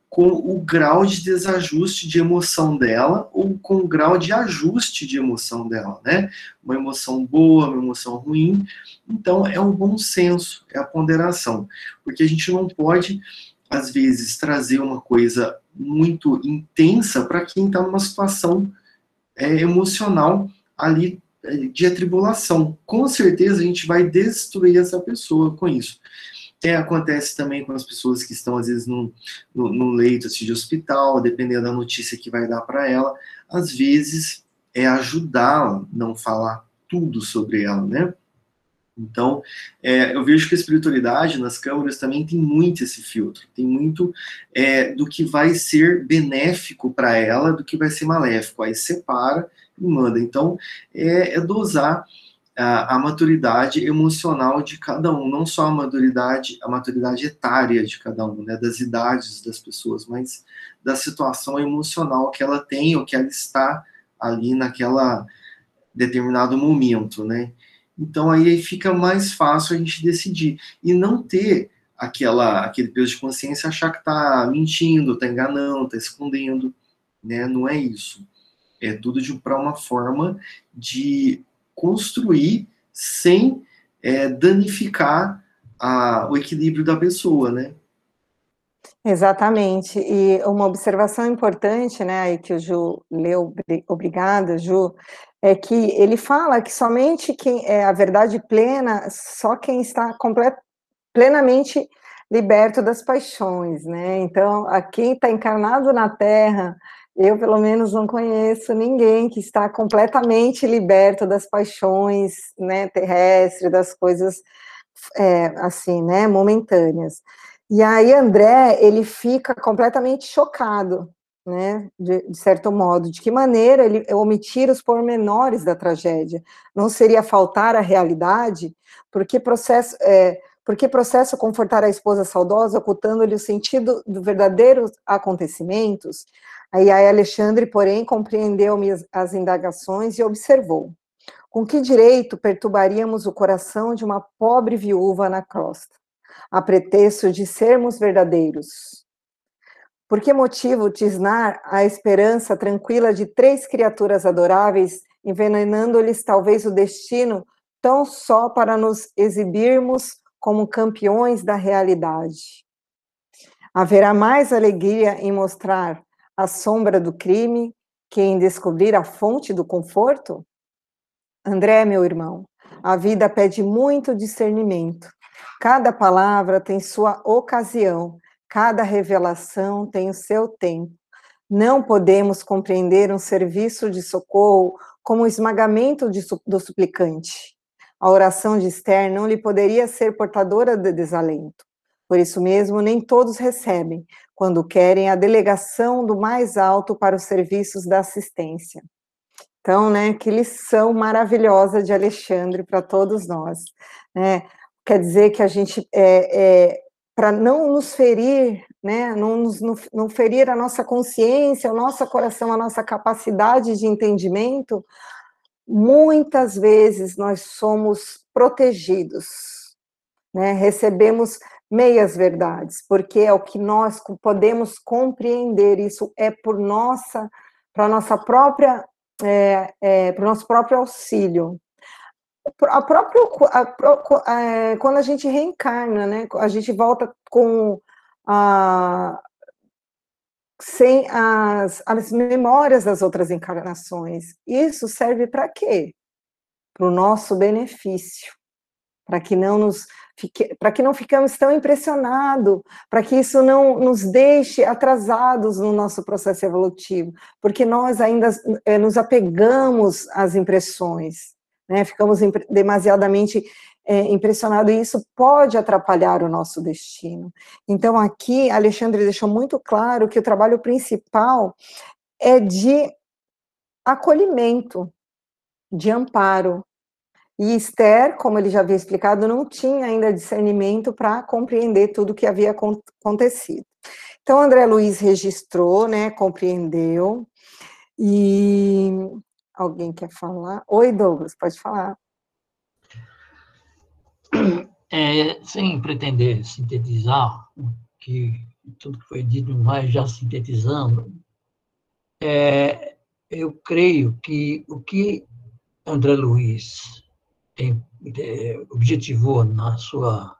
com o grau de desajuste de emoção dela ou com o grau de ajuste de emoção dela, né? Uma emoção boa, uma emoção ruim. Então, é o bom senso, é a ponderação. Porque a gente não pode, às vezes, trazer uma coisa muito intensa para quem está numa situação é, emocional ali de atribulação. Com certeza, a gente vai destruir essa pessoa com isso. É, acontece também com as pessoas que estão, às vezes, no, no, no leito assim, de hospital, dependendo da notícia que vai dar para ela, às vezes é ajudá-la, não falar tudo sobre ela, né? Então, é, eu vejo que a espiritualidade nas câmaras também tem muito esse filtro, tem muito é, do que vai ser benéfico para ela, do que vai ser maléfico, aí separa e manda. Então, é, é dosar A, a maturidade emocional de cada um, não só a maturidade, a maturidade etária de cada um, né, das idades das pessoas, mas da situação emocional que ela tem ou que ela está ali naquela determinado momento, né? Então aí fica mais fácil a gente decidir e não ter aquela aquele peso de consciência, achar que está mentindo, está enganando, está escondendo, né? Não é isso. É tudo para uma forma de construir sem é, danificar a, o equilíbrio da pessoa, né? Exatamente, e uma observação importante, né, aí que o Ju leu, obrigada, Ju, é que ele fala que somente quem é a verdade plena, só quem está complet, plenamente liberto das paixões, né, então, a quem está encarnado na Terra, eu, pelo menos, não conheço ninguém que está completamente liberto das paixões, né, terrestres, das coisas, é, assim, né, momentâneas. E aí André, ele fica completamente chocado, né, de, de certo modo, de que maneira ele omitir os pormenores da tragédia? Não seria faltar à realidade? Por que processo, é, por que processo confortar a esposa saudosa, ocultando-lhe o sentido dos verdadeiros acontecimentos? Aí, aí Alexandre, porém, compreendeu as indagações e observou. Com que direito perturbaríamos o coração de uma pobre viúva na crosta, a pretexto de sermos verdadeiros? Por que motivo tisnar a esperança tranquila de três criaturas adoráveis, envenenando-lhes talvez o destino, tão só para nos exibirmos como campeões da realidade? Haverá mais alegria em mostrar a sombra do crime que em descobrir a fonte do conforto? André, meu irmão, a vida pede muito discernimento. Cada palavra tem sua ocasião, cada revelação tem o seu tempo. Não podemos compreender um serviço de socorro como o esmagamento de, do suplicante. A oração de Esther não lhe poderia ser portadora de desalento. Por isso mesmo, nem todos recebem, quando querem, a delegação do mais alto para os serviços da assistência. Então, né, que lição maravilhosa de Alexandre para todos nós, né? Quer dizer que a gente, é, é, para não nos ferir, né, não, nos, não, não ferir a nossa consciência, o nosso coração, a nossa capacidade de entendimento, muitas vezes nós somos protegidos, né? Recebemos meias verdades, porque é o que nós podemos compreender, isso é por nossa, para a nossa própria É, é, para o nosso próprio auxílio. A próprio, a, a, é, quando a gente reencarna, né, a gente volta com a, sem as, as memórias das outras encarnações. Isso serve para quê? Para o nosso benefício, para que não nos fique, para que não ficamos tão impressionados, para que isso não nos deixe atrasados no nosso processo evolutivo, porque nós ainda é, nos apegamos às impressões, né? Ficamos demasiadamente é, impressionados, e isso pode atrapalhar o nosso destino. Então, aqui, Alexandre deixou muito claro que o trabalho principal é de acolhimento, de amparo. E Esther, como ele já havia explicado, não tinha ainda discernimento para compreender tudo o que havia acontecido. Então, André Luiz registrou, né, compreendeu, e alguém quer falar? Oi, Douglas, pode falar. É, sem pretender sintetizar o que tudo que foi dito, mas já sintetizando, é, eu creio que o que André Luiz tem, é, objetivou na sua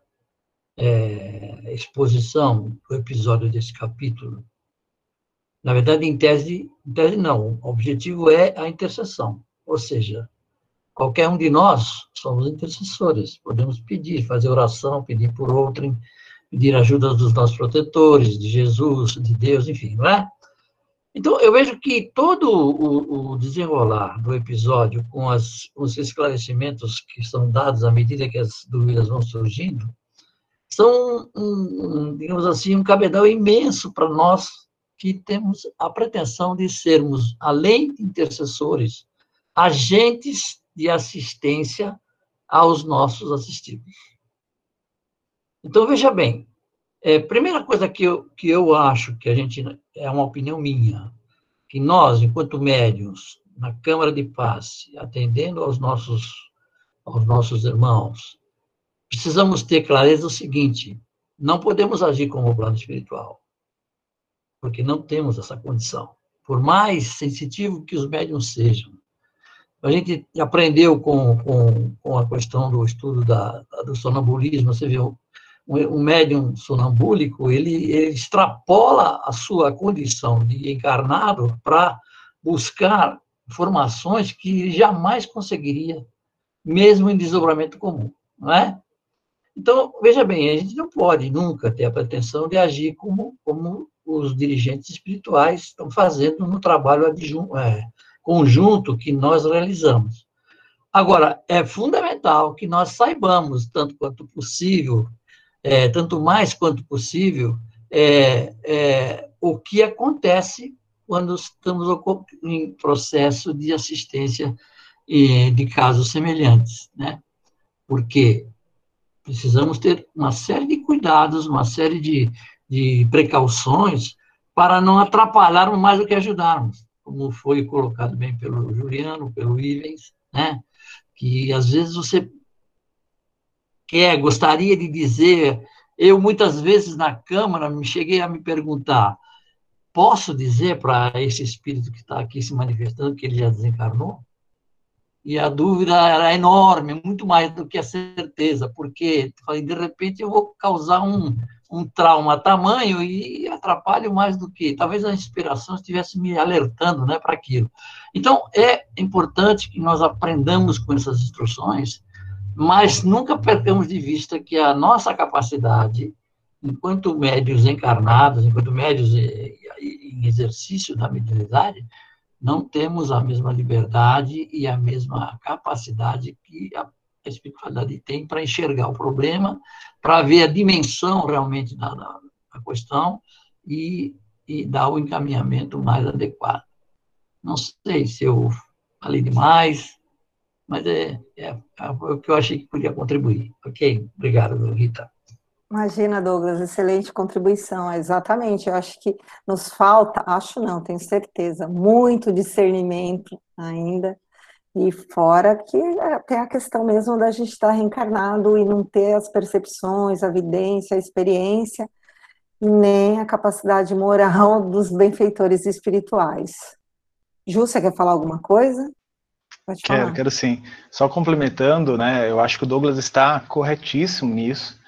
é, exposição do episódio desse capítulo, na verdade, em tese, em tese não, o objetivo é a intercessão, ou seja, qualquer um de nós somos intercessores, podemos pedir, fazer oração, pedir por outrem, pedir ajuda dos nossos protetores, de Jesus, de Deus, enfim, não é? Então, eu vejo que todo o, o desenrolar do episódio, com as, os esclarecimentos que são dados à medida que as dúvidas vão surgindo, são, um, digamos assim, um cabedal imenso para nós que temos a pretensão de sermos, além de intercessores, agentes de assistência aos nossos assistidos. Então, veja bem, é, primeira coisa que eu, que eu acho que a gente, é uma opinião minha, que nós, enquanto médiuns, na Câmara de Paz, atendendo aos nossos, aos nossos irmãos, precisamos ter clareza do seguinte: não podemos agir como o plano espiritual, porque não temos essa condição. Por mais sensitivo que os médiuns sejam, a gente aprendeu com, com, com a questão do estudo da, do sonambulismo, você viu, um médium sonambúlico, ele, ele extrapola a sua condição de encarnado para buscar informações que ele jamais conseguiria, mesmo em desdobramento comum, não é? Então, veja bem, a gente não pode nunca ter a pretensão de agir como, como os dirigentes espirituais estão fazendo no trabalho adjunto, é, conjunto que nós realizamos. Agora, é fundamental que nós saibamos, tanto quanto possível, é, tanto mais quanto possível, é, é, o que acontece quando estamos em processo de assistência de casos semelhantes, né? Porque precisamos ter uma série de cuidados, uma série de, de precauções para não atrapalharmos mais do que ajudarmos, como foi colocado bem pelo Juliano, pelo Ivens, né? Que às vezes você quer, gostaria de dizer, eu muitas vezes na Câmara me cheguei a me perguntar, posso dizer para esse espírito que está aqui se manifestando que ele já desencarnou? E a dúvida era enorme, muito mais do que a certeza, porque de repente eu vou causar um, um trauma tamanho e atrapalho mais do que, talvez a inspiração estivesse me alertando, né, para aquilo. Então, é importante que nós aprendamos com essas instruções, mas nunca percamos de vista que a nossa capacidade, enquanto médios encarnados, enquanto médios em exercício da mediunidade, não temos a mesma liberdade e a mesma capacidade que a espiritualidade tem para enxergar o problema, para ver a dimensão realmente da, da, da questão e, e dar o encaminhamento mais adequado. Não sei se eu falei demais, mas é, é, é o que eu achei que podia contribuir. Ok? Obrigado, Rita. Imagina, Douglas, excelente contribuição, exatamente, eu acho que nos falta, acho não, tenho certeza, muito discernimento ainda, e fora que até a questão mesmo da gente estar reencarnado e não ter as percepções, a evidência, a experiência, e nem a capacidade moral dos benfeitores espirituais. Ju, você quer falar alguma coisa? Pode falar. Quero, quero sim. Só complementando, né, eu acho que o Douglas está corretíssimo nisso.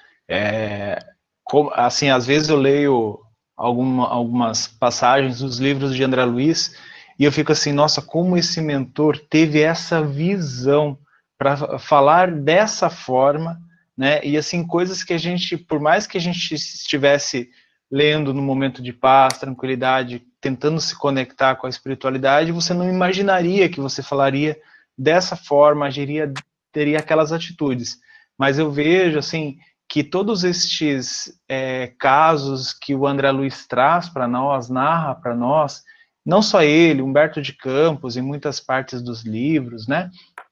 É, como, assim, às vezes eu leio alguma, algumas passagens dos livros de André Luiz e eu fico assim, nossa, como esse mentor teve essa visão para falar dessa forma, né? E assim, coisas que a gente, por mais que a gente estivesse lendo no momento de paz, tranquilidade, tentando se conectar com a espiritualidade, você não imaginaria que você falaria dessa forma, agiria, teria aquelas atitudes. Mas eu vejo, assim, que todos estes é, casos que o André Luiz traz para nós, narra para nós, não só ele, Humberto de Campos, em muitas partes dos livros, né,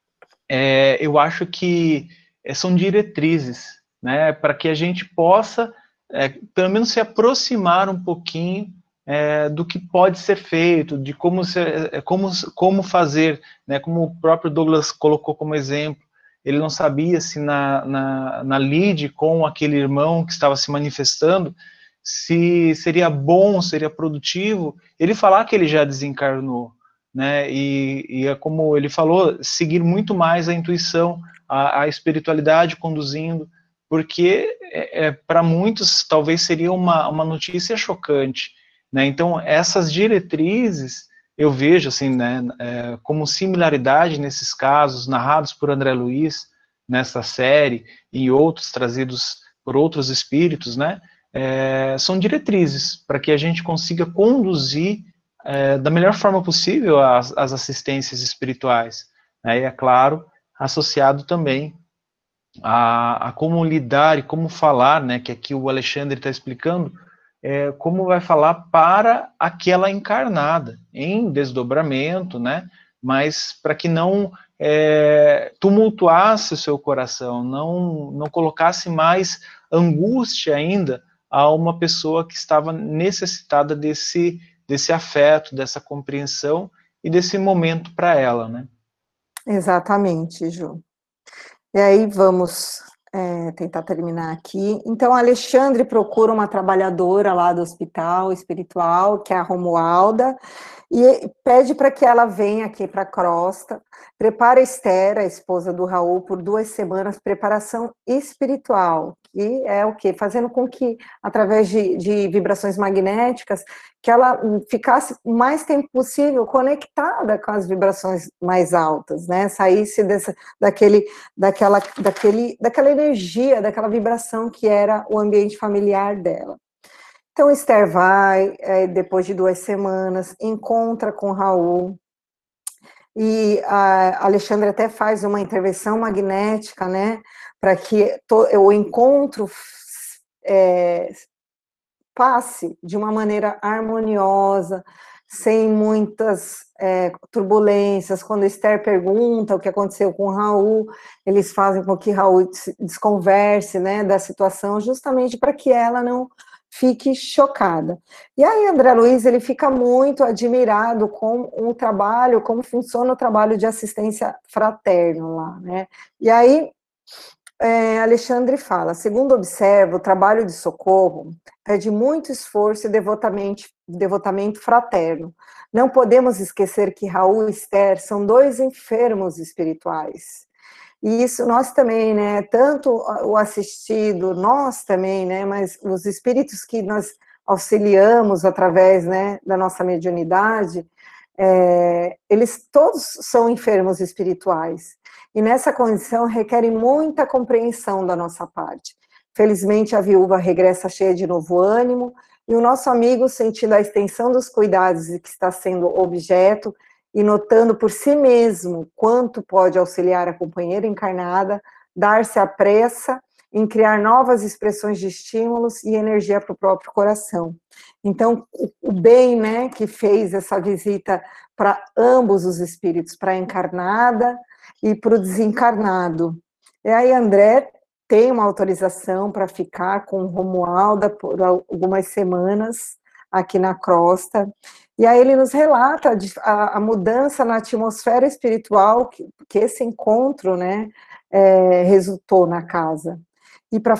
é, eu acho que são diretrizes, né, para que a gente possa, é, pelo menos se aproximar um pouquinho é, do que pode ser feito, de como, ser, como, como fazer, né, como o próprio Douglas colocou como exemplo. Ele não sabia se na, na, na lide com aquele irmão que estava se manifestando, se seria bom, seria produtivo ele falar que ele já desencarnou, né? E, e é como ele falou, seguir muito mais a intuição, a, a espiritualidade conduzindo, porque é, é, para muitos talvez seria uma, uma notícia chocante, né? Então essas diretrizes eu vejo assim, né, é, como similaridade nesses casos narrados por André Luiz nessa série e outros trazidos por outros espíritos, né? É, são diretrizes para que a gente consiga conduzir é, da melhor forma possível as, as assistências espirituais, né? E é claro, associado também a, a como lidar e como falar, né, que aqui o Alexandre está explicando, é, como vai falar para aquela encarnada, em desdobramento, né, mas para que não é, tumultuasse o seu coração, não, não colocasse mais angústia ainda a uma pessoa que estava necessitada desse, desse afeto, dessa compreensão e desse momento para ela, né? Exatamente, Ju. E aí vamos é, tentar terminar aqui. Então, Alexandre procura uma trabalhadora lá do hospital espiritual, que é a Romualda, e pede para que ela venha aqui para a crosta, prepara a Esther, a esposa do Raul, por duas semanas, preparação espiritual, que é o quê? Fazendo com que, através de, de vibrações magnéticas, que ela ficasse o mais tempo possível conectada com as vibrações mais altas, né? Saísse dessa, daquele, daquela, daquele, daquela energia, daquela vibração que era o ambiente familiar dela. Então, Esther vai, é, depois de duas semanas, encontra com Raul, e a Alexandre até faz uma intervenção magnética, né, para que to, o encontro é, passe de uma maneira harmoniosa, sem muitas é, turbulências. Quando Esther pergunta o que aconteceu com o Raul, eles fazem com que Raul desconverse, né, da situação, justamente para que ela não fique chocada. E aí André Luiz, ele fica muito admirado com o trabalho, como funciona o trabalho de assistência fraterna lá, né? E aí é, Alexandre fala, segundo observa, o trabalho de socorro é de muito esforço e devotamento, devotamento fraterno. Não podemos esquecer que Raul e Esther são dois enfermos espirituais. E isso nós também, né, tanto o assistido, nós também, né, mas os espíritos que nós auxiliamos através, né, da nossa mediunidade, é, eles todos são enfermos espirituais. E nessa condição requerem muita compreensão da nossa parte. Felizmente a viúva regressa cheia de novo ânimo, e o nosso amigo, sentindo a extensão dos cuidados de que está sendo objeto, e notando por si mesmo quanto pode auxiliar a companheira encarnada, dar-se a pressa em criar novas expressões de estímulos e energia para o próprio coração. Então, o bem, né, que fez essa visita para ambos os espíritos, para a encarnada e para o desencarnado. E aí André tem uma autorização para ficar com Romualda por algumas semanas aqui na crosta. E aí ele nos relata a, a mudança na atmosfera espiritual que, que esse encontro, né, é, resultou na casa. E para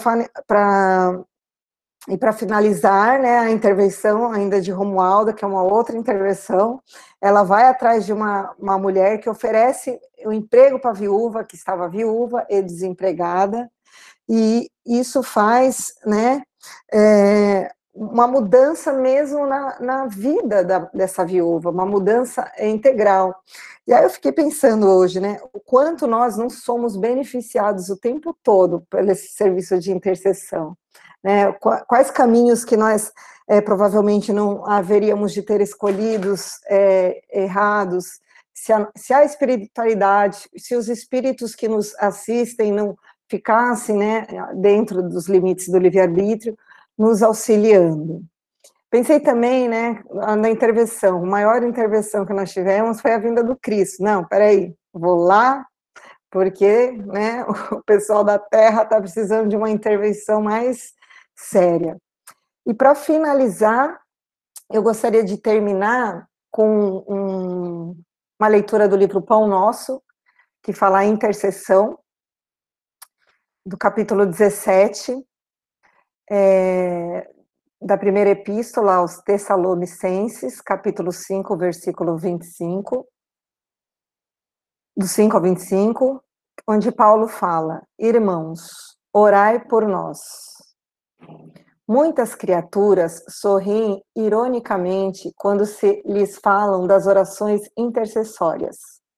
e para finalizar, né, a intervenção ainda de Romualda, que é uma outra intervenção, ela vai atrás de uma, uma mulher que oferece um emprego para a viúva, que estava viúva e desempregada, e isso faz, né, é, uma mudança mesmo na, na vida da, dessa viúva, uma mudança integral. E aí eu fiquei pensando hoje, né, o quanto nós não somos beneficiados o tempo todo por esse serviço de intercessão, né, quais caminhos que nós é, provavelmente não haveríamos de ter escolhidos é, errados, se a, se a espiritualidade, se os espíritos que nos assistem não ficassem, né, dentro dos limites do livre-arbítrio, nos auxiliando. Pensei também, né, na intervenção, a maior intervenção que nós tivemos foi a vinda do Cristo. Não, peraí, vou lá, porque, né, o pessoal da Terra está precisando de uma intervenção mais séria. E para finalizar, eu gostaria de terminar com um, uma leitura do livro Pão Nosso, que fala a intercessão, do capítulo dezessete, é, da primeira epístola aos Tessalonicenses, capítulo cinco, versículo vinte e cinco, do cinco ao vinte e cinco, onde Paulo fala: irmãos, orai por nós. Muitas criaturas sorriem ironicamente quando se lhes falam das orações intercessórias.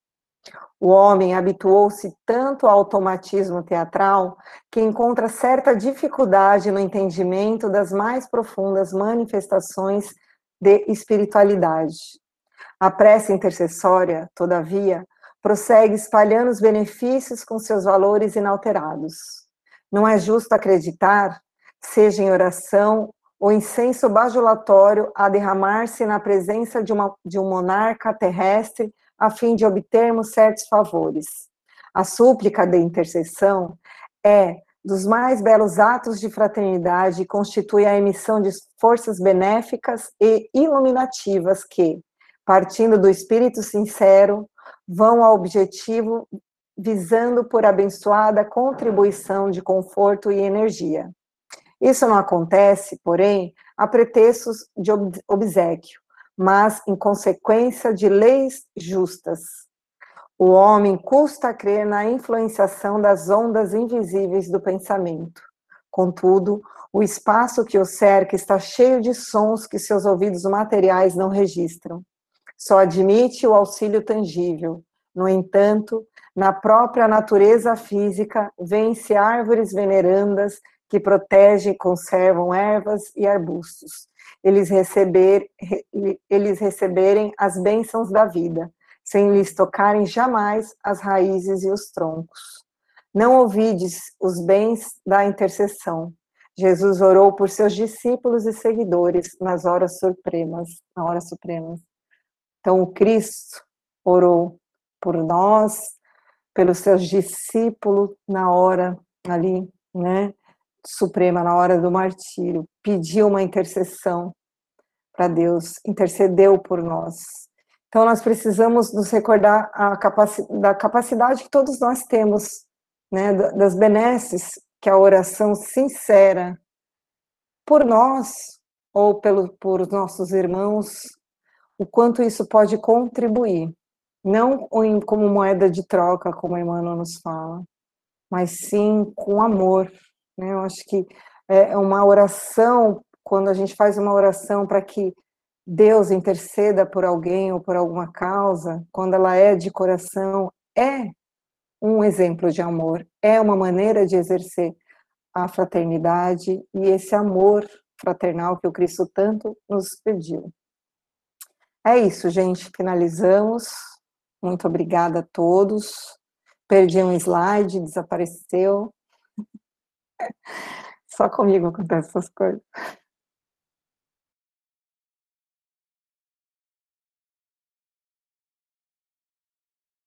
O homem habituou-se tanto ao automatismo teatral que encontra certa dificuldade no entendimento das mais profundas manifestações de espiritualidade. A prece intercessória, todavia, prossegue espalhando os benefícios com seus valores inalterados. Não é justo acreditar, seja em oração ou incenso bajulatório, a derramar-se na presença de, uma, de um monarca terrestre a fim de obtermos certos favores. A súplica de intercessão é dos mais belos atos de fraternidade e constitui a emissão de forças benéficas e iluminativas que, partindo do espírito sincero, vão ao objetivo visando por abençoada contribuição de conforto e energia. Isso não acontece, porém, a pretextos de obséquio, mas em consequência de leis justas. O homem custa a crer na influenciação das ondas invisíveis do pensamento. Contudo, o espaço que o cerca está cheio de sons que seus ouvidos materiais não registram. Só admite o auxílio tangível. No entanto, na própria natureza física, vêem-se árvores venerandas que protegem e conservam ervas e arbustos. Eles, receber, eles receberem as bênçãos da vida, sem lhes tocarem jamais as raízes e os troncos. Não ouvides os bens da intercessão. Jesus orou por seus discípulos e seguidores nas horas supremas, na hora suprema. Então, o Cristo orou por nós, pelos seus discípulos na hora ali, né, suprema, na hora do martírio, pediu uma intercessão para Deus, intercedeu por nós. Então, nós precisamos nos recordar a capaci- da capacidade que todos nós temos, né, das benesses que a oração sincera por nós, ou pelo, por nossos irmãos, o quanto isso pode contribuir, não como moeda de troca, como a Emmanuel nos fala, mas sim com amor, né? Eu acho que é uma oração, quando a gente faz uma oração para que Deus interceda por alguém ou por alguma causa, quando ela é de coração, é um exemplo de amor, é uma maneira de exercer a fraternidade e esse amor fraternal que o Cristo tanto nos pediu. É isso, gente, finalizamos. Muito obrigada a todos. Perdi um slide, desapareceu. Só comigo acontecem essas coisas.